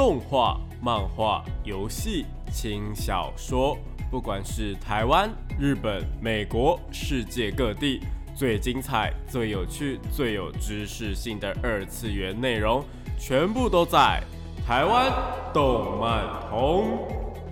动画、漫画、游戏、轻小说，不管是台湾、日本、美国，世界各地，最精彩、最有趣、最有知识性的二次元内容，全部都在台湾动漫通。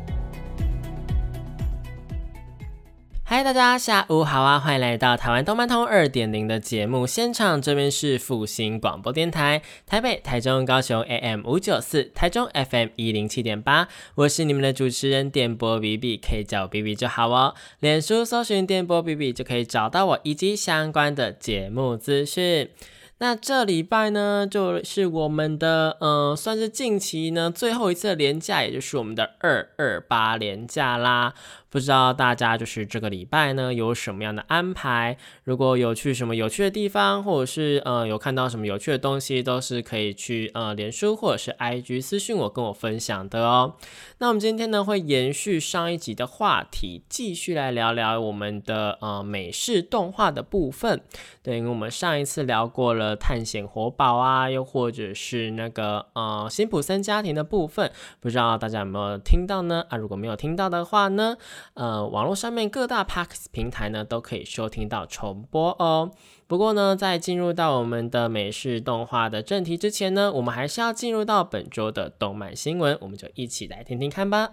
嗨，大家下午好啊！欢迎来到台湾动漫通 2.0 的节目现场，这边是复兴广播电台，台北、台中、高雄 AM594， 台中 FM107.8， 我是你们的主持人电波 BB， 可以叫我 BB 就好哦。脸书搜寻电波 BB 就可以找到我以及相关的节目资讯。那这礼拜呢，就是我们的算是近期呢最后一次的连假，也就是我们的228连假啦。不知道大家就是这个礼拜呢有什么样的安排？如果有去什么有趣的地方，或者是有看到什么有趣的东西，都是可以去脸书或者是 IG 私讯我跟我分享的哦。那我们今天呢会延续上一集的话题，继续来聊聊我们的美式动画的部分。对，因为我们上一次聊过了探险活宝啊，又或者是那个辛普森家庭的部分，不知道大家有没有听到呢？如果没有听到的话呢，网络上面各大 Podcast 平台呢都可以收听到重播哦。不过呢，在进入到我们的美式动画的正题之前呢，我们还是要进入到本周的动漫新闻，我们就一起来听听看吧。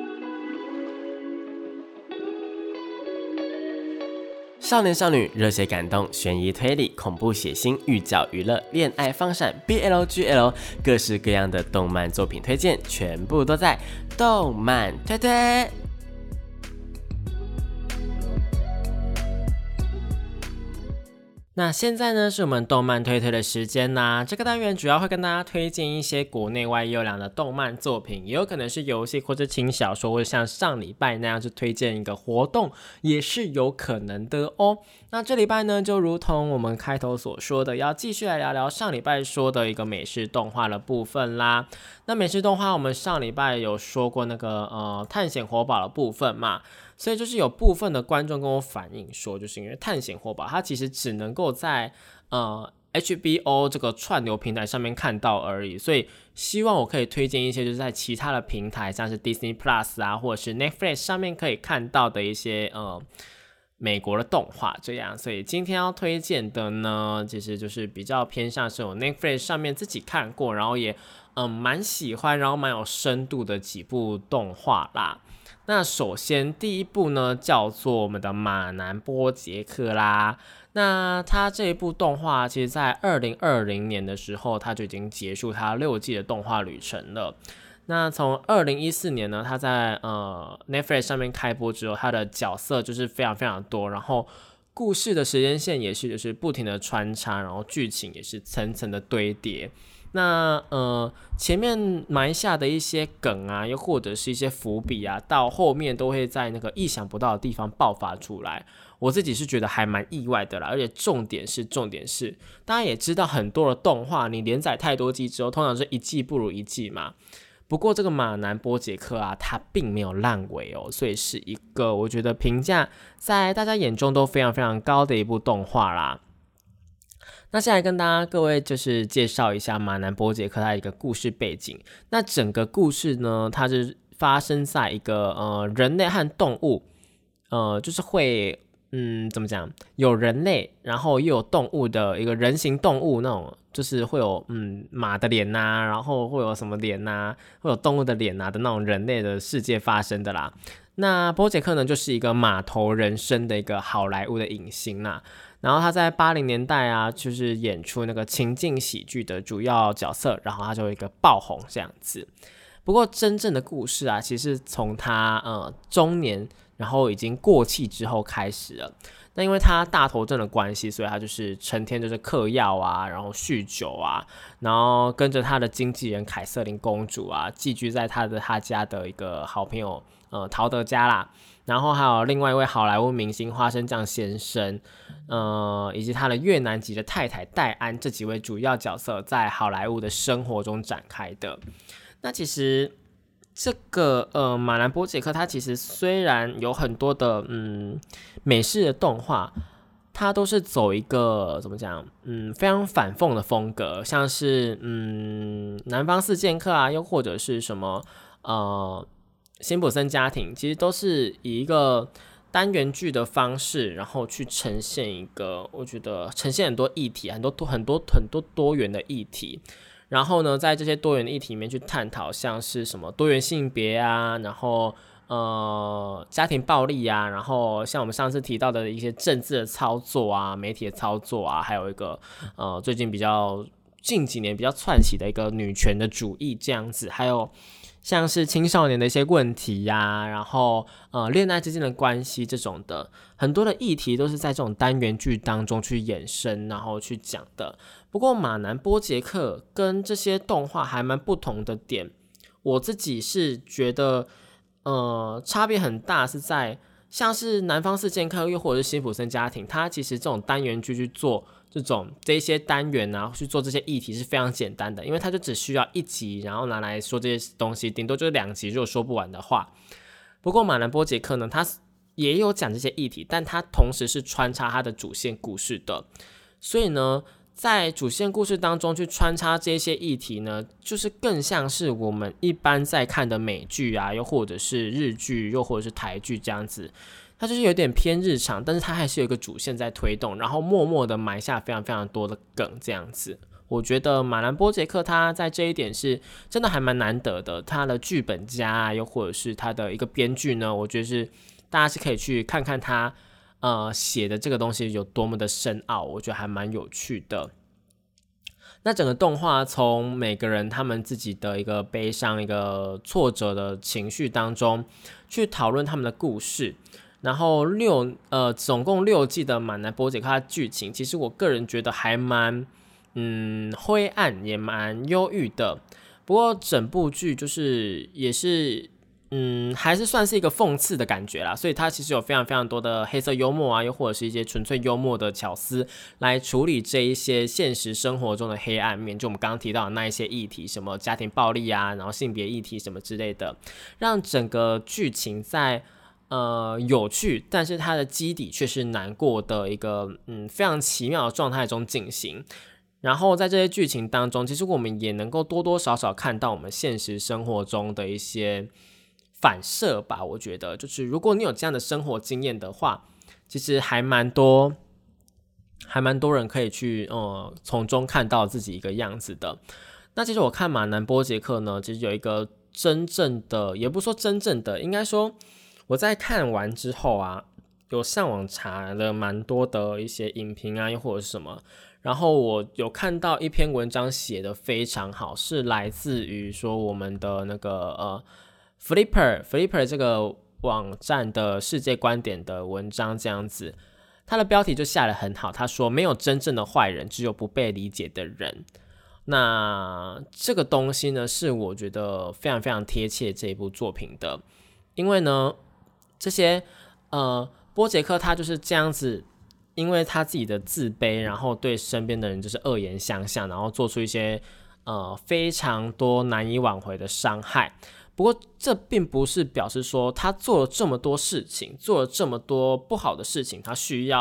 少年少女、热血感动、悬疑推理、恐怖血腥、寓教于乐、恋爱放闪、BL、GL， 各式各样的动漫作品推荐，全部都在动漫推推。那现在呢是我们动漫推推的时间啦。这个单元主要会跟大家推荐一些国内外优良的动漫作品，也有可能是游戏或者轻小说，或者像上礼拜那样去推荐一个活动，也是有可能的哦。那这礼拜呢，就如同我们开头所说的，要继续来聊聊上礼拜说的一个美式动画的部分啦。那美式动画我们上礼拜有说过那个探险活宝的部分嘛，所以就是有部分的观众跟我反映说，就是因为探险活宝它其实只能够在HBO 这个串流平台上面看到而已，所以希望我可以推荐一些就是在其他的平台，像是 Disney Plus 啊，或者是 Netflix 上面可以看到的一些美国的动画这样。所以今天要推荐的呢，其实就是比较偏向是我 Netflix 上面自己看过，然后也蛮喜欢，然后蛮有深度的几部动画啦。那首先第一部呢叫做我们的马南波杰克啦。那它这一部动画其实在2020年的时候它就已经结束它6季的动画旅程了。那从2014年呢，它在Netflix 上面开播之后，它的角色就是非常非常多，然后故事的时间线也是就是不停的穿插，然后剧情也是层层的堆叠。那前面埋下的一些梗啊，又或者是一些伏笔啊，到后面都会在那个意想不到的地方爆发出来。我自己是觉得还蛮意外的啦，而且重点是，大家也知道很多的动画，你连载太多季之后，通常是一季不如一季嘛。不过这个马南波杰克啊，它并没有烂尾哦，所以是一个我觉得评价在大家眼中都非常非常高的一部动画啦。那现在跟各位就是介绍一下马南波杰克他的一个故事背景。那整个故事呢，它是发生在一个人类和动物就是会怎么讲，有人类然后又有动物的一个人形动物，那种就是会有马的脸啊，然后会有什么脸啊，会有动物的脸啊的那种人类的世界发生的啦。那波杰克呢就是一个马头人身的一个好莱坞的影星啦。然后他在80年代啊，就是演出那个情境喜剧的主要角色，然后他就有一个爆红这样子。不过真正的故事啊，其实从他中年然后已经过气之后开始了。那因为他大头症的关系，所以他就是成天就是嗑药啊，然后酗酒啊，然后跟着他的经纪人凯瑟琳公主啊，寄居在他家的一个好朋友陶德家啦。然后还有另外一位好莱坞明星花生酱先生，以及他的越南籍的太太戴安，这几位主要角色在好莱坞的生活中展开的。那其实这个马南波杰克，它其实虽然有很多的美式的动画， 它都是走一个怎么讲，非常反讽的风格，像是南方四剑客啊，又或者是什么辛普森家庭，其实都是以一个单元剧的方式，然后去呈现一个，我觉得呈现很多议题，很多多元的议题。然后呢，在这些多元的议题里面去探讨，像是什么多元性别啊，然后家庭暴力啊，然后像我们上次提到的一些政治的操作啊，媒体的操作啊，还有一个最近近几年比较窜起的一个女权的主义这样子，还有像是青少年的一些问题呀，然后恋爱之间的关系这种的很多的议题都是在这种单元剧当中去衍生，然后去讲的。不过马南波杰克跟这些动画还蛮不同的点，我自己是觉得差别很大，是在像是南方四剑客又或者是辛普森家庭，它其实这种单元剧去做这些单元啊，去做这些议题是非常简单的，因为它就只需要一集，然后拿来说这些东西，顶多就是2集，如果说不完的话。不过马南波杰克呢，他也有讲这些议题，但他同时是穿插他的主线故事的，所以呢，在主线故事当中去穿插这些议题呢，就是更像是我们一般在看的美剧啊，又或者是日剧，又或者是台剧这样子。它就是有点偏日常，但是它还是有一个主线在推动，然后默默的埋下非常非常多的梗这样子。我觉得马南波杰克他在这一点是真的还蛮难得的，他的剧本家啊，又或者是他的一个编剧呢，我觉得是大家是可以去看看他写的这个东西有多么的深奥，我觉得还蛮有趣的。那整个动画从每个人他们自己的一个悲伤、一个挫折的情绪当中去讨论他们的故事，然后总共6季的马南波杰克的剧情，其实我个人觉得还蛮灰暗，也蛮忧郁的。不过整部剧就是也是还是算是一个讽刺的感觉啦，所以它其实有非常非常多的黑色幽默啊，又或者是一些纯粹幽默的巧思来处理这一些现实生活中的黑暗面，就我们刚刚提到的那一些议题，什么家庭暴力啊，然后性别议题什么之类的，让整个剧情在有趣，但是它的基底却是难过的一个非常奇妙的状态中进行。然后在这些剧情当中，其实我们也能够多多少少看到我们现实生活中的一些反射吧。我觉得就是如果你有这样的生活经验的话，其实还蛮多人可以去从中看到自己一个样子的。那其实我看马南波杰克呢，其实有一个真正的，也不说真正的，应该说我在看完之后啊，有上网查了蛮多的一些影评啊，又或者是什么，然后我有看到一篇文章写得非常好，是来自于说我们的那个Flipper 这个网站的世界观点的文章这样子。他的标题就下得很好，他说没有真正的坏人，只有不被理解的人。那这个东西呢，是我觉得非常非常贴切这一部作品的，因为呢，这些波杰克他就是这样子，因为他自己的自卑，然后对身边的人就是恶言相向，然后做出一些非常多难以挽回的伤害。不过这并不是表示说他做了这么多事情，做了这么多不好的事情，他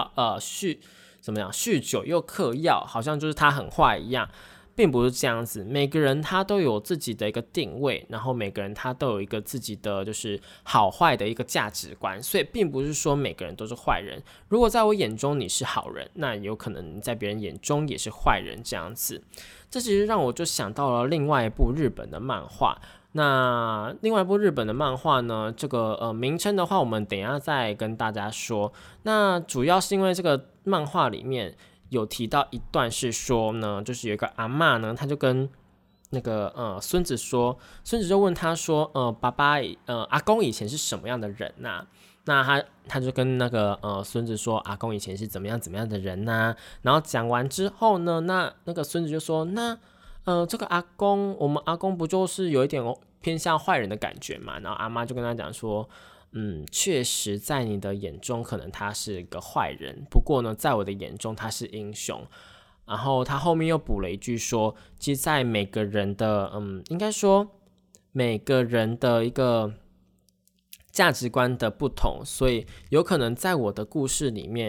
酗酒又嗑药，好像就是他很坏一样。并不是这样子，每个人他都有自己的一个定位，然后每个人他都有一个自己的就是好坏的一个价值观，所以并不是说每个人都是坏人。如果在我眼中你是好人，那有可能在别人眼中也是坏人这样子。这其实让我就想到了另外一部日本的漫画。那另外一部日本的漫画呢，这个名称的话，我们等一下再跟大家说。那主要是因为这个漫画里面有提到一段是说呢，就是有一个阿嬷呢，他就跟那个孙子说，孙子就问他说，爸爸阿公以前是什么样的人啊？那他就跟那个孙子说，阿公以前是怎么样的人啊？然后讲完之后呢，那个孙子就说，那这个我们阿公不就是有一点偏向坏人的感觉嘛？然后阿妈就跟他讲说，确实在你的眼中可能他是个坏人，不过呢，在我的眼中他是英雄。然后他后面又补了一句说，其实在每个人的应该说每个人的一个价值观的不同，所以有可能在我的故事里面，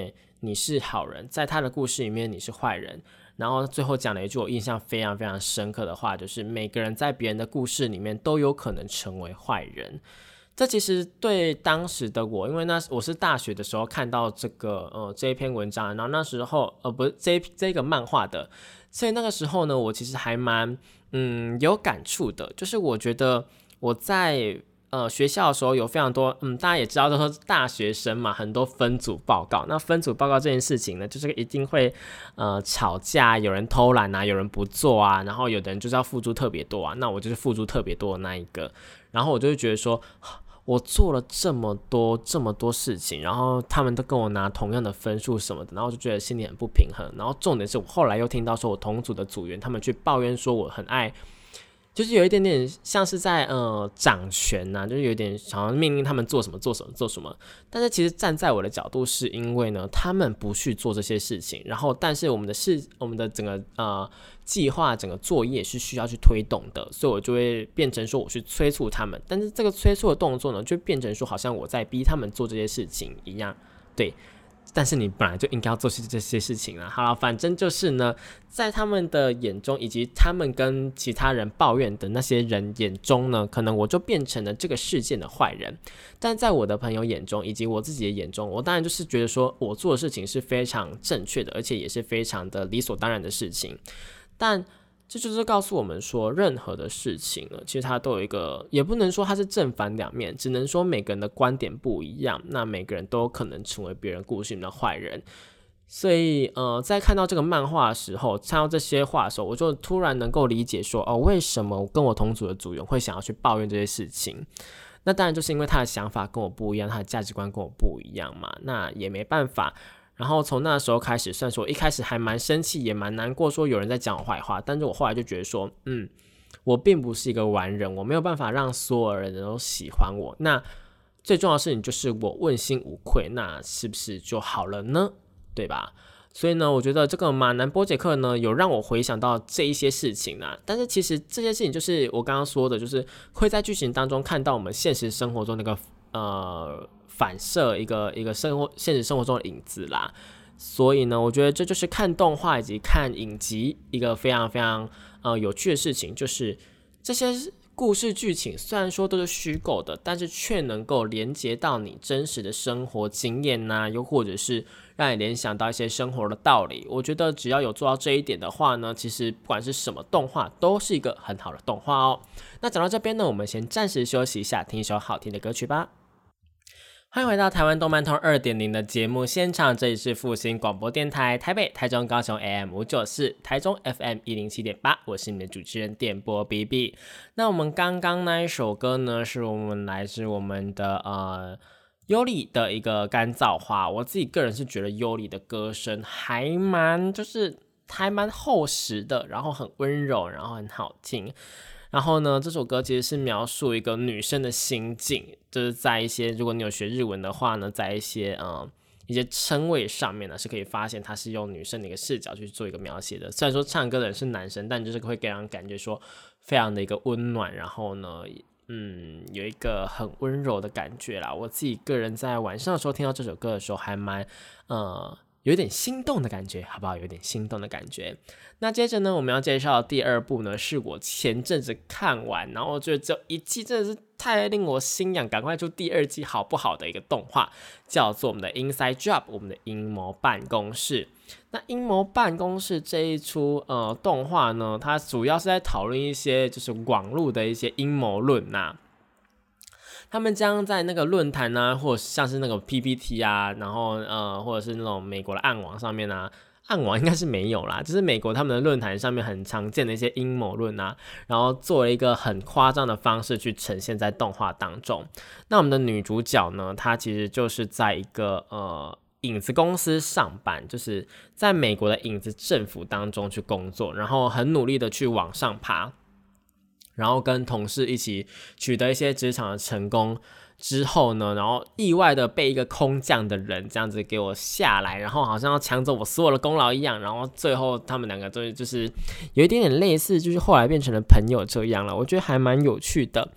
你是好人，在他的故事里面你是坏人。然后最后讲了一句我印象非常非常深刻的话，就是每个人在别人的故事里面都有可能成为坏人。这其实对当时的我，因为我是大学的时候看到这一篇文章，然后那时候不是这个漫画的，所以那个时候呢，我其实还蛮有感触的，就是我觉得我在学校的时候有非常多大家也知道，都是大学生嘛，很多分组报告。那分组报告这件事情呢，就是一定会吵架，有人偷懒啊，有人不做啊，然后有的人就是要付出特别多啊，那我就是付出特别多的那一个，然后我就会觉得说，我做了这么多事情，然后他们都跟我拿同样的分数什么的，然后我就觉得心里很不平衡。然后重点是我后来又聽到说我同组的组员他们去抱怨说我很爱，就是有一点点像是在掌权啊，就是有点好像命令他们做什么做什么做什么。但是其实站在我的角度，是因为呢他们不去做这些事情，然后但是我们的整个计划整个作业是需要去推动的，所以我就会变成说我去催促他们，但是这个催促的动作呢，就变成说好像我在逼他们做这些事情一样，对。但是你本来就应该要做这些事情啦。好了，反正就是呢，在他们的眼中，以及他们跟其他人抱怨的那些人眼中呢，可能我就变成了这个事件的坏人。但在我的朋友眼中，以及我自己的眼中，我当然就是觉得说我做的事情是非常正确的，而且也是非常的理所当然的事情。但这就是告诉我们说，任何的事情呢，其实它都有一个，也不能说它是正反两面，只能说每个人的观点不一样，那每个人都有可能成为别人故事里面的坏人。所以在看到这个漫画的时候，看到这些话的时候，我就突然能够理解说，为什么跟我同组的组员会想要去抱怨这些事情。那当然就是因为他的想法跟我不一样，他的价值观跟我不一样嘛，那也没办法。然后从那时候开始，虽然说一开始还蛮生气，也蛮难过，说有人在讲我坏话，但是我后来就觉得说，我并不是一个完人，我没有办法让所有人都喜欢我。那最重要的事情就是我问心无愧，那是不是就好了呢？对吧？所以呢，我觉得这个马南波杰克呢，有让我回想到这一些事情啊。但是其实这些事情就是我刚刚说的，就是会在剧情当中看到我们现实生活中那个反射一个现实生活中的影子啦。所以呢，我觉得这就是看动画以及看影集一个非常非常有趣的事情，就是这些故事剧情虽然说都是虚构的，但是却能够连接到你真实的生活经验啊，又或者是让你联想到一些生活的道理。我觉得只要有做到这一点的话呢，其实不管是什么动画都是一个很好的动画哦。那讲到这边呢，我们先暂时休息一下，听一首好听的歌曲吧。欢迎回到台湾动漫通 2.0 的节目现场，这里是复兴广播电台台北、台中、高雄 AM594， 台中 FM107.8， 我是你的主持人电波 BB。 那我们刚刚那一首歌呢，是来自我们的优里的一个干燥花。我自己个人是觉得优里的歌声还蛮厚实的，然后很温柔，然后很好听。然后呢，这首歌其实是描述一个女生的心境，就是在一些，如果你有学日文的话呢，在一些称谓上面呢，是可以发现它是用女生的一个视角去做一个描写的。虽然说唱歌的人是男生，但就是会给人感觉说非常的一个温暖，然后呢有一个很温柔的感觉啦。我自己个人在晚上的时候听到这首歌的时候还蛮有点心动的感觉，好不好？有点心动的感觉。那接着呢，我们要介绍的第二部呢，是我前阵子看完，然后我觉得这一季真的是太令我心痒，赶快出第二季好不好的一个动画，叫做我们的 Inside Job， 我们的阴谋办公室。那阴谋办公室这一出动画呢，它主要是在讨论一些就是网络的一些阴谋论呐。他们将在那个论坛啊，或者像是那个 PPT 啊，然后或者是那种美国的暗网上面啊，暗网应该是没有啦，就是美国他们的论坛上面很常见的一些阴谋论啊，然后做了一个很夸张的方式去呈现在动画当中。那我们的女主角呢，她其实就是在一个影子公司上班，就是在美国的影子政府当中去工作，然后很努力的去往上爬，然后跟同事一起取得一些职场的成功之后呢，然后意外的被一个空降的人这样子给我下来，然后好像要抢走我所有的功劳一样，然后最后他们两个就是有一点点类似，就是后来变成了朋友这样了。我觉得还蛮有趣的。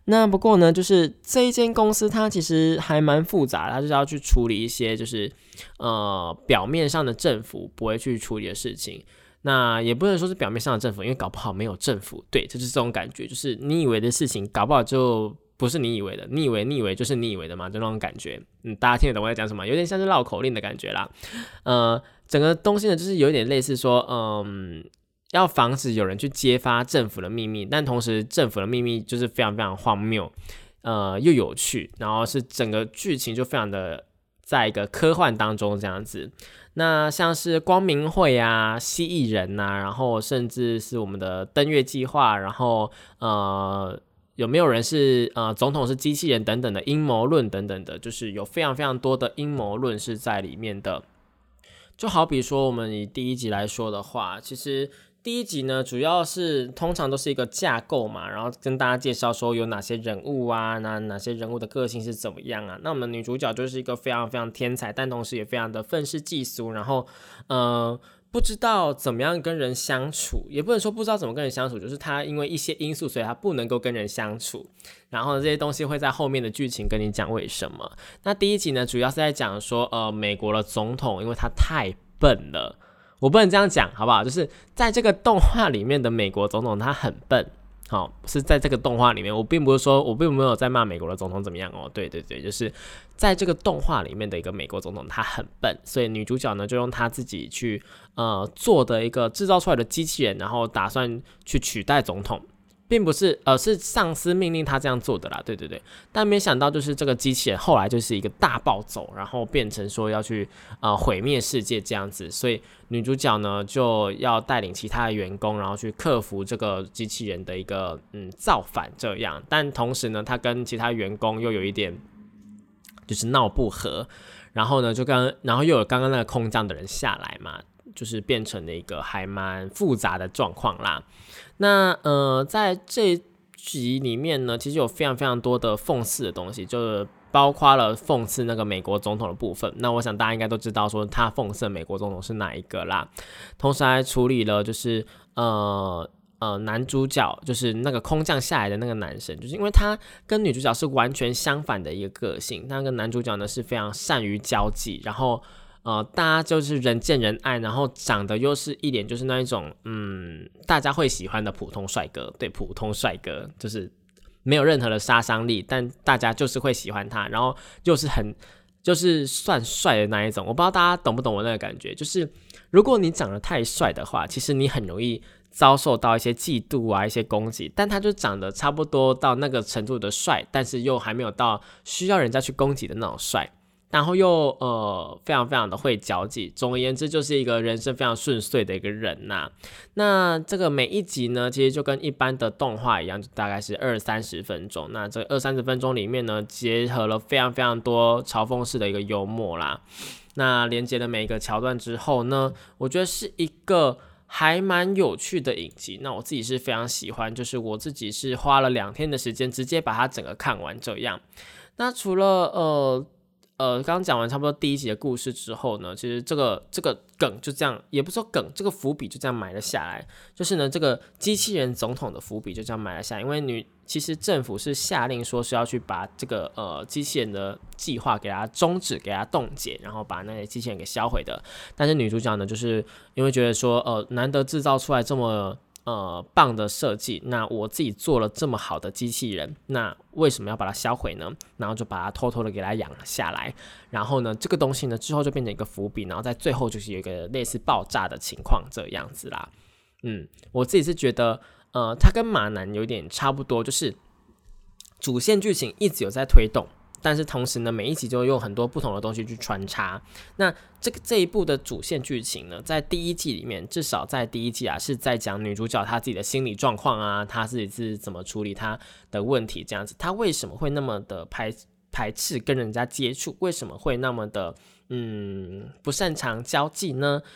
那不过呢，就是这一间公司它其实还蛮复杂的，它就是要去处理一些就是表面上的政府不会去处理的事情。那也不能说是表面上的政府，因为搞不好没有政府。对，就是这种感觉，就是你以为的事情，搞不好就不是你以为的，你以为就是你以为的嘛，就那种感觉。大家听得懂我在讲什么？有点像是绕口令的感觉啦。整个东西呢，就是有点类似说，要防止有人去揭发政府的秘密，但同时政府的秘密就是非常非常荒谬，又有趣，然后是整个剧情就非常的在一个科幻当中这样子。那像是光明会啊、蜥蜴人啊，然后甚至是我们的登月计划，然后有没有人是总统是机器人等等的阴谋论等等的，就是有非常非常多的阴谋论是在里面的。就好比说我们以第一集来说的话，其实第一集呢主要是通常都是一个架构嘛，然后跟大家介绍说有哪些人物啊，哪些人物的个性是怎么样啊。那我们女主角就是一个非常非常天才，但同时也非常的愤世嫉俗，然后不知道怎么样跟人相处，也不能说不知道怎么跟人相处，就是他因为一些因素，所以他不能够跟人相处。然后这些东西会在后面的剧情跟你讲为什么。那第一集呢，主要是在讲说，美国的总统因为他太笨了，我不能这样讲，好不好？就是在这个动画里面的美国总统他很笨。好，是在这个动画里面，我并没有在骂美国的总统怎么样哦。对，就是在这个动画里面的一个美国总统，他很笨，所以女主角呢就用她自己去做的一个制造出来的机器人，然后打算去取代总统。并不是是上司命令他这样做的啦，对，但没想到就是这个机器人后来就是一个大暴走，然后变成说要去毁灭世界这样子，所以女主角呢就要带领其他的员工，然后去克服这个机器人的一个造反这样，但同时呢，她跟其他员工又有一点就是闹不和，然后呢然后又有刚刚那个空降的人下来嘛。就是变成了一个还蛮复杂的状况啦。那在这一集里面呢，其实有非常非常多的讽刺的东西，就是包括了讽刺那个美国总统的部分。那我想大家应该都知道说他讽刺美国总统是哪一个啦。同时还处理了就是男主角就是那个空降下来的那个男生，就是因为他跟女主角是完全相反的一个个性。那个男主角呢是非常善于交际，然后大家就是人见人爱，然后长得又是一脸就是那一种大家会喜欢的普通帅哥。对，普通帅哥就是没有任何的杀伤力，但大家就是会喜欢他，然后就是算帅的那一种。我不知道大家懂不懂我那个感觉，就是如果你长得太帅的话，其实你很容易遭受到一些嫉妒啊，一些攻击。但他就长得差不多到那个程度的帅，但是又还没有到需要人家去攻击的那种帅。然后又非常非常的会交际，总而言之就是一个人生非常顺遂的一个人呐。那这个每一集呢，其实就跟一般的动画一样，就大概是20-30分钟。那这20-30分钟里面呢，结合了非常非常多嘲讽式的一个幽默啦。那连接了每一个桥段之后呢，我觉得是一个还蛮有趣的影集。那我自己是非常喜欢，就是我自己是花了2天的时间直接把它整个看完这样。那除了刚刚讲完差不多第一集的故事之后呢，其实这个梗就这样，也不是说梗，这个伏笔就这样埋了下来。就是呢，这个机器人总统的伏笔就这样埋了下来，因为其实政府是下令说是要去把这个机器人的计划给它终止，给它冻结，然后把那些机器人给销毁的。但是女主角呢，就是因为觉得说难得制造出来这么棒的设计，那我自己做了这么好的机器人，那为什么要把它销毁呢？然后就把它偷偷的给它养了下来。然后呢，这个东西呢之后就变成一个伏笔，然后在最后就是有一个类似爆炸的情况这样子啦。我自己是觉得它跟马男有点差不多，就是主线剧情一直有在推动，但是同时呢，每一集就用很多不同的东西去穿插。那这一部的主线剧情呢，在第一季里面，至少在第一季是在讲女主角她自己的心理状况啊，她自己是怎么处理她的问题这样子。她为什么会那么的排斥跟人家接触？为什么会那么的不擅长交际呢？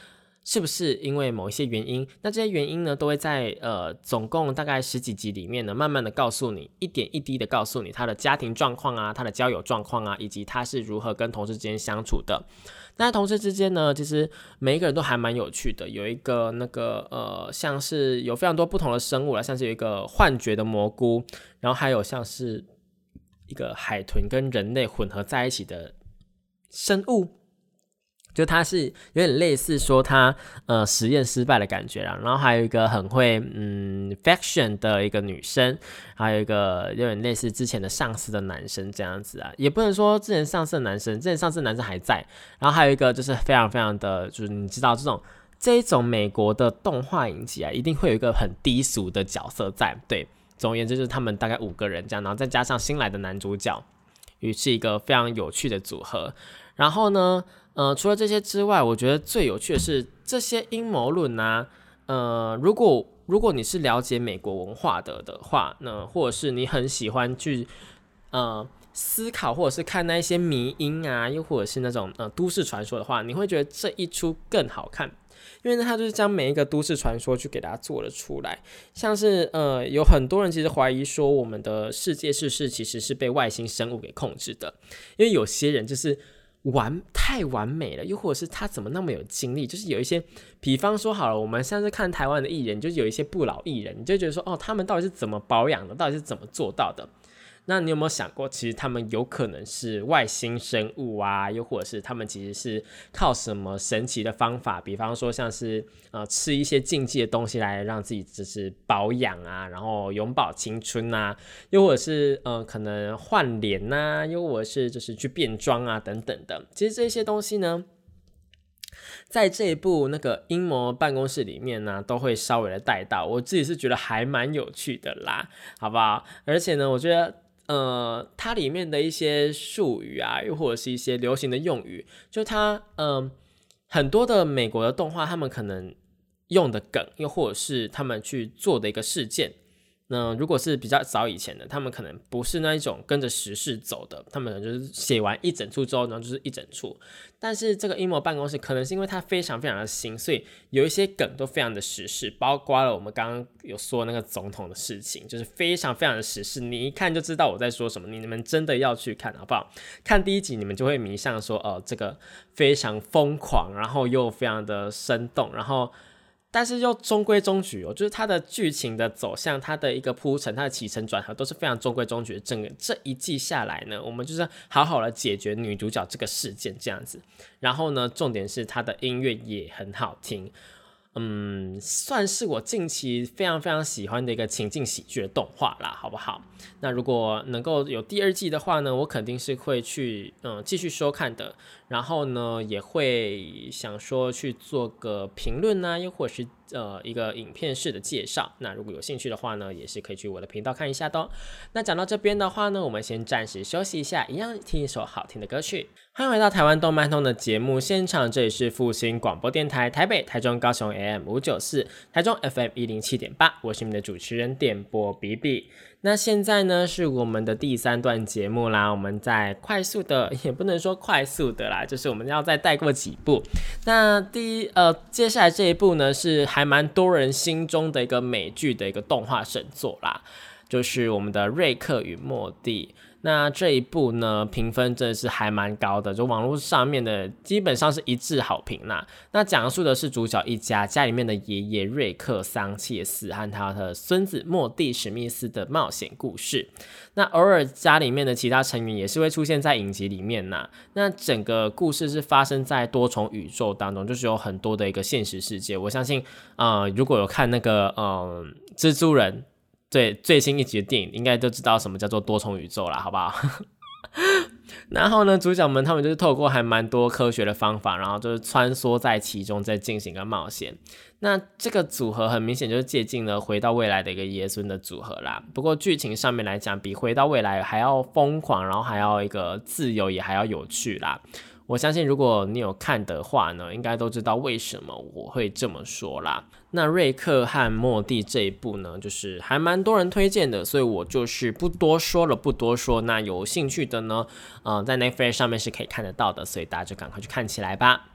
是不是因为某一些原因？那这些原因呢，都会在总共大概10几集里面呢，慢慢的告诉你，一点一滴的告诉你他的家庭状况啊，他的交友状况啊，以及他是如何跟同事之间相处的。那同事之间呢，其实每一个人都还蛮有趣的。有一个像是有非常多不同的生物啦，像是有一个幻觉的蘑菇，然后还有像是一个海豚跟人类混合在一起的生物。就它是有点类似说它实验失败的感觉啦，然后还有一个很会fashion 的一个女生，还有一个有点类似之前的上司的男生这样子啊，也不能说之前上司的男生，之前上司的男生还在，然后还有一个就是非常非常的，就是你知道这一种美国的动画影集啊，一定会有一个很低俗的角色在，对，总而言之就是他们大概5个人这样，然后再加上新来的男主角，也是一个非常有趣的组合。然后呢除了这些之外，我觉得最有趣的是这些阴谋论啊，如果你是了解美国文化的话，那或者是你很喜欢去思考，或者是看那一些迷因啊，又或者是那种都市传说的话，你会觉得这一出更好看，因为呢，它就是将每一个都市传说去给它做了出来。像是有很多人其实怀疑说，我们的世界世事其实是被外星生物给控制的，因为有些人就是太完美了，又或者是他怎么那么有精力，就是有一些，比方说好了，我们上次看台湾的艺人，就是有一些不老艺人，你就觉得说，他们到底是怎么保养的，到底是怎么做到的？那你有没有想过，其实他们有可能是外星生物啊，又或者是他们其实是靠什么神奇的方法，比方说像是吃一些禁忌的东西来让自己就是保养啊，然后永葆青春啊，又或者是可能换脸啊，又或者是就是去变装啊等等的。其实这些东西呢，在这一部那个阴谋办公室里面呢，都会稍微的带到，我自己是觉得还蛮有趣的啦，好不好？而且呢，我觉得它里面的一些术语啊，又或者是一些流行的用语，就它很多的美国的动画，他们可能用的梗，又或者是他们去做的一个事件。那如果是比较早以前的，他们可能不是那一种跟着时事走的，他们可能就是写完一整出之后，然后就是一整出。但是这个阴谋办公室可能是因为它非常非常的新，所以有一些梗都非常的时事，包括了我们刚刚有说那个总统的事情，就是非常非常的时事，你一看就知道我在说什么，你们真的要去看好不好？看第一集你们就会迷上说这个非常疯狂，然后又非常的生动，然后但是又中规中矩就是它的剧情的走向，它的一个铺陈，它的起承转合都是非常中规中矩的。整个这一季下来呢，我们就是好好的解决女主角这个事件这样子。然后呢，重点是它的音乐也很好听，算是我近期非常非常喜欢的一个情境喜剧的动画啦，好不好？那如果能够有第2季的话呢，我肯定是会去继续收看的。然后呢，也会想说去做个评论啊，又或者是一个影片式的介绍。那如果有兴趣的话呢，也是可以去我的频道看一下的哦。那讲到这边的话呢，我们先暂时休息一下，一样听一首好听的歌曲。欢迎回到台湾动漫通的节目现场，这里是复兴广播电台台北、台中、高雄 AM594， 台中 FM107.8， 我是你们的主持人点播比比。那现在呢是我们的第3段节目啦，我们再快速的，也不能说快速的啦，就是我们要再带过几部。那接下来这一部呢是还蛮多人心中的一个美剧的一个动画神作啦，就是我们的瑞克与莫蒂。那这一部呢评分真的是还蛮高的，就网络上面的基本上是一致好评啦。那讲述的是主角一家里面的爷爷瑞克桑切斯和他的孙子莫蒂史密斯的冒险故事。那偶尔家里面的其他成员也是会出现在影集里面啦。那整个故事是发生在多重宇宙当中，就是有很多的一个现实世界。我相信如果有看那个蜘蛛人对最新一集的电影，应该都知道什么叫做多重宇宙啦，好不好？然后呢，主角们他们就是透过还蛮多科学的方法，然后就是穿梭在其中，在进行一个冒险。那这个组合很明显就是借鉴了回到未来的一个爷孙的组合啦。不过剧情上面来讲，比回到未来还要疯狂，然后还要一个自由，也还要有趣啦。我相信如果你有看的话呢，应该都知道为什么我会这么说啦。那瑞克和莫蒂这一部呢，就是还蛮多人推荐的，所以我就是不多说。那有兴趣的呢，在 Netflix 上面是可以看得到的，所以大家就赶快去看起来吧。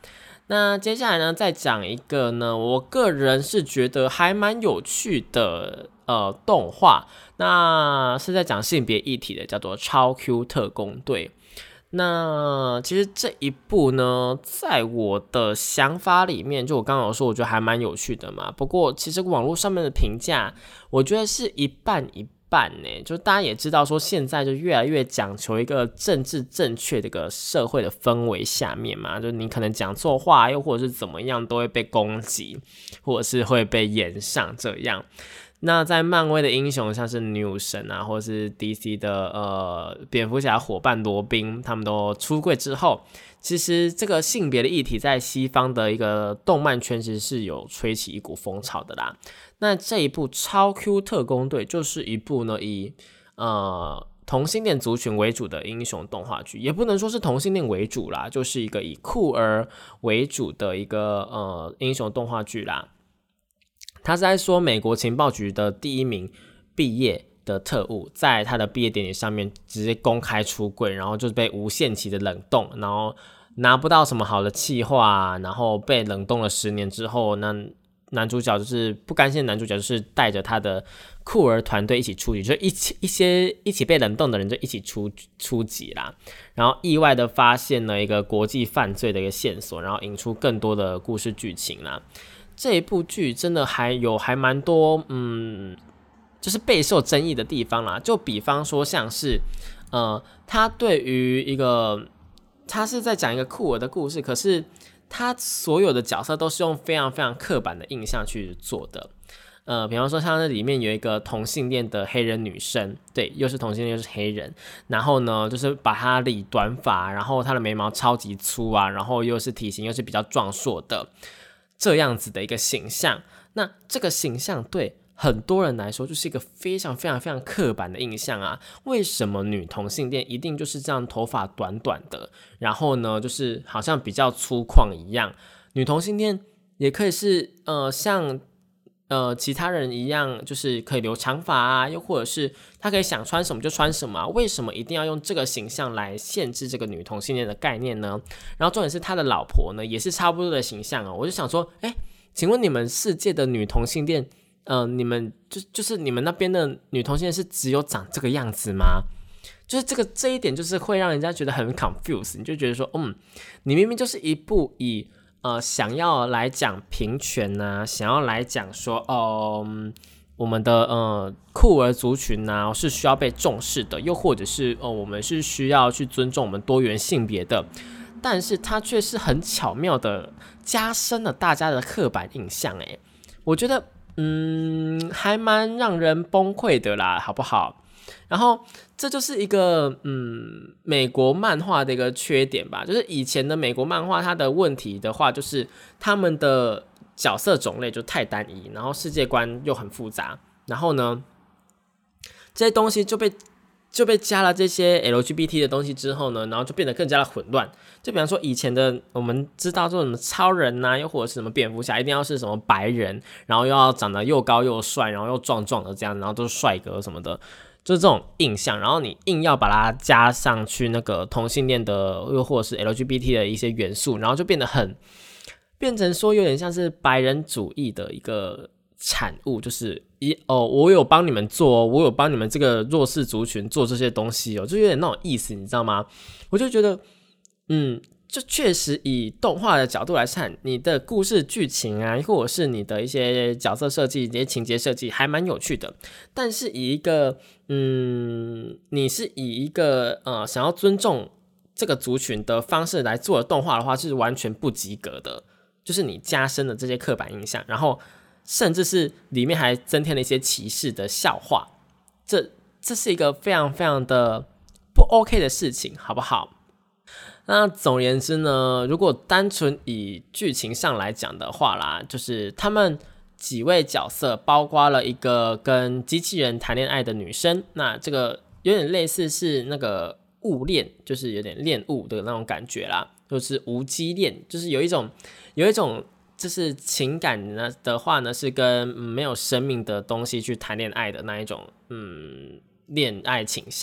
那接下来呢，再讲一个呢，我个人是觉得还蛮有趣的动画，那是在讲性别议题的，叫做超 Q 特工队。那其实这一部呢，在我的想法里面，就我刚刚有说，我觉得还蛮有趣的嘛。不过其实网络上面的评价，我觉得是一半一半呢。就大家也知道说，现在就越来越讲求一个政治正确的一个社会的氛围下面嘛，就你可能讲错话，又或者是怎么样，都会被攻击，或者是会被炎上这样。那在漫威的英雄，像是女武神啊，或者是 DC 的蝙蝠侠伙伴罗宾，他们都出柜之后，其实这个性别的议题在西方的一个动漫圈其实是有吹起一股风潮的啦。那这一部超 Q 特工队就是一部呢以同性恋族群为主的英雄动画剧，也不能说是同性恋为主啦，就是一个以酷儿为主的一个英雄动画剧啦。他是在说美国情报局的第1名毕业的特务，在他的毕业典礼上面直接公开出柜，然后就被无限期的冷冻，然后拿不到什么好的企划，然后被冷冻了10年之后，那男主角就是不甘心的男主角，就是带着他的酷儿团队一起出击，就一起被冷冻的人就一起出击啦，然后意外的发现了一个国际犯罪的一个线索，然后引出更多的故事剧情啦。这一部剧真的还蛮多就是备受争议的地方啦，就比方说像是他对于一个他是在讲一个酷儿的故事，可是他所有的角色都是用非常非常刻板的印象去做的。比方说像是里面有一个同性恋的黑人女生，对，又是同性恋又是黑人，然后呢就是把她理短发，然后她的眉毛超级粗啊，然后又是体型又是比较壮硕的这样子的一个形象。那这个形象对很多人来说就是一个非常非常非常刻板的印象啊，为什么女同性恋一定就是这样头发短短的，然后呢就是好像比较粗犷一样，女同性恋也可以是像其他人一样，就是可以留长发啊，又或者是他可以想穿什么就穿什么啊，为什么一定要用这个形象来限制这个女同性恋的概念呢？然后重点是他的老婆呢也是差不多的形象哦，我就想说，请问你们世界的女同性恋，你们就是你们那边的女同性恋是只有长这个样子吗？就是这一点就是会让人家觉得很 confused， 你就觉得说，你明明就是一部以想要来讲平权啊，想要来讲说我们的酷儿族群啊是需要被重视的，又或者是我们是需要去尊重我们多元性别的，但是它却是很巧妙的加深了大家的刻板印象。我觉得还蛮让人崩溃的啦，好不好？然后这就是一个美国漫画的一个缺点吧，就是以前的美国漫画它的问题的话，就是他们的角色种类就太单一，然后世界观又很复杂，然后呢这些东西就被加了这些 LGBT 的东西之后呢，然后就变得更加的混乱。就比方说以前的我们知道说什么超人啊，又或者是什么蝙蝠侠一定要是什么白人，然后又要长得又高又帅，然后又壮壮的这样，然后都是帅哥什么的，就是这种印象，然后你硬要把它加上去那个同性恋的又或者是 LGBT 的一些元素，然后就变成说有点像是白人主义的一个产物，就是我有帮你们做我有帮你们这个弱势族群做这些东西就有点那种意思，你知道吗？我就觉得就确实以动画的角度来看，你的故事剧情啊，或者是你的一些角色设计、一些情节设计还蛮有趣的，但是以一个你是以一个想要尊重这个族群的方式来做的动画的话，是完全不及格的，就是你加深了这些刻板印象，然后甚至是里面还增添了一些歧视的笑话，这是一个非常非常的不 OK 的事情，好不好？那总而言之呢，如果单纯以剧情上来讲的话啦，就是他们几位角色包括了一个跟机器人谈恋爱的女生，那这个有点类似是那个物恋，就是有点恋物的那种感觉啦，就是无机恋，就是有一种就是情感呢的话呢，是跟没有生命的东西去谈恋爱的那一种恋爱倾向。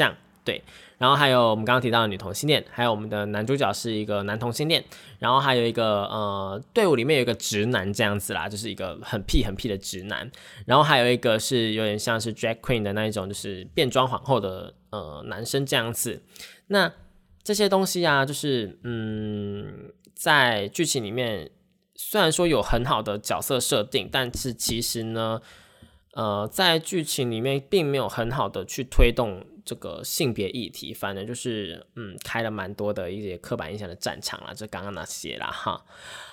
对，然后还有我们刚刚提到的女同性恋，还有我们的男主角是一个男同性恋，然后还有一个队伍里面有一个直男这样子啦，就是一个很屁的直男，然后还有一个是有点像是 drag queen 的那一种，就是变装皇后的男生这样子。那这些东西啊，就是在剧情里面虽然说有很好的角色设定，但是其实呢在剧情里面并没有很好的去推动这个性别议题，反正就是开了蛮多的一些刻板印象的战场啦，就刚刚那些啦哈。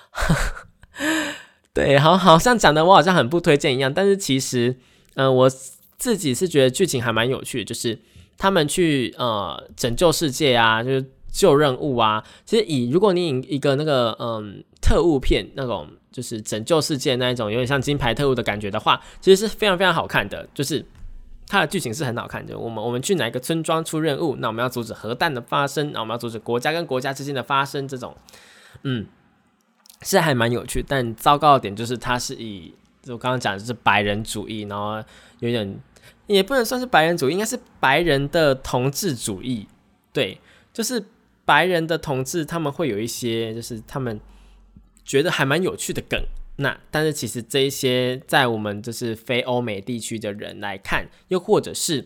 对，好像讲的我好像很不推荐一样，但是其实我自己是觉得剧情还蛮有趣的，就是他们去拯救世界啊，就是救任务啊。其实如果你以一个那个特务片那种就是拯救世界那一种有点像金牌特务的感觉的话，其实是非常非常好看的，就是它的剧情是很好看的。我们去哪一个村庄出任务，那我们要阻止核弹的发生，那我们要阻止国家跟国家之间的发生，这种是还蛮有趣。但糟糕的点就是它是以我刚刚讲的就是白人主义，然后有点也不能算是白人主义，应该是白人的同志主义。对，就是白人的同志他们会有一些就是他们觉得还蛮有趣的梗，但是其实这一些在我们就是非欧美地区的人来看，又或者是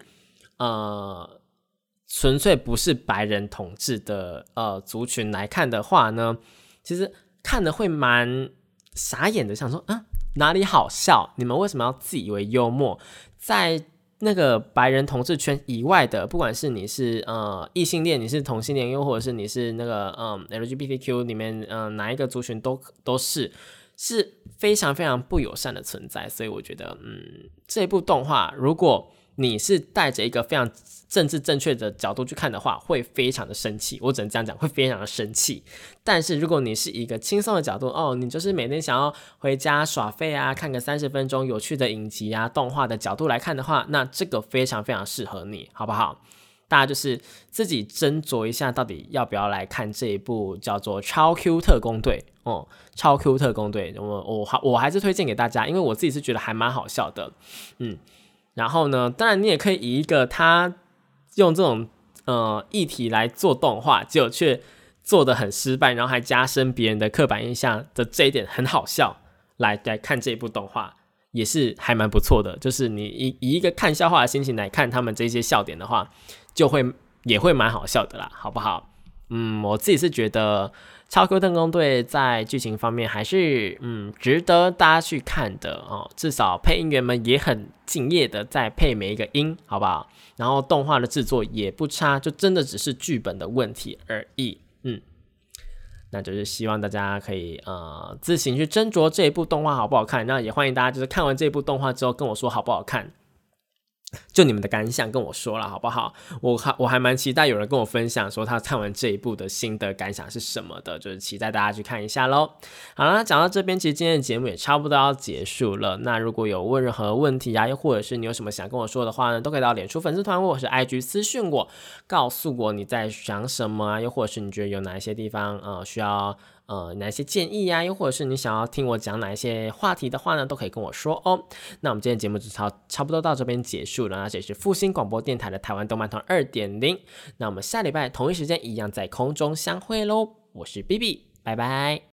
纯粹不是白人统治的族群来看的话呢，其实看的会蛮傻眼的，想说哪里好笑？你们为什么要自以为幽默？在那个白人同志圈以外的，不管是你是异性恋，你是同性恋，又或者是你是那个LGBTQ 里面哪一个族群都是非常非常不友善的存在。所以我觉得这部动画如果你是带着一个非常政治正确的角度去看的话，会非常的生气，我只能这样讲，会非常的生气。但是如果你是一个轻松的角度你就是每天想要回家耍废啊，看个30分钟有趣的影集啊动画的角度来看的话，那这个非常非常适合你，好不好？大家就是自己斟酌一下到底要不要来看这一部叫做超 Q 特工队超 Q 特工队，我还是推荐给大家，因为我自己是觉得还蛮好笑的。然后呢，当然你也可以以一个他用这种议题来做动画，结果却做得很失败，然后还加深别人的刻板印象的这一点很好笑，来看这一部动画也是还蛮不错的。就是你以一个看笑话的心情来看他们这些笑点的话，也会蛮好笑的啦，好不好？我自己是觉得超 Q 特工队在剧情方面还是值得大家去看的至少配音员们也很敬业的在配每一个音，好不好？然后动画的制作也不差，就真的只是剧本的问题而已。那就是希望大家可以自行去斟酌这一部动画好不好看，那也欢迎大家就是看完这一部动画之后跟我说好不好看，就你们的感想跟我说了好不好？我还蛮期待有人跟我分享说他看完这一部的心得感想是什么的，就是期待大家去看一下咯。好了，那讲到这边其实今天的节目也差不多要结束了，那如果有任何问题啊，又或者是你有什么想跟我说的话呢，都可以到脸书粉丝团或者是 IG 私讯我，告诉我你在想什么啊，又或者是你觉得有哪一些地方需要哪些建议啊，又或者是你想要听我讲哪一些话题的话呢，都可以跟我说哦。那我们今天节目就差不多到这边结束了，那这里是复兴广播电台的台湾动漫团 2.0， 那我们下礼拜同一时间一样在空中相会咯。我是 BB， 拜拜。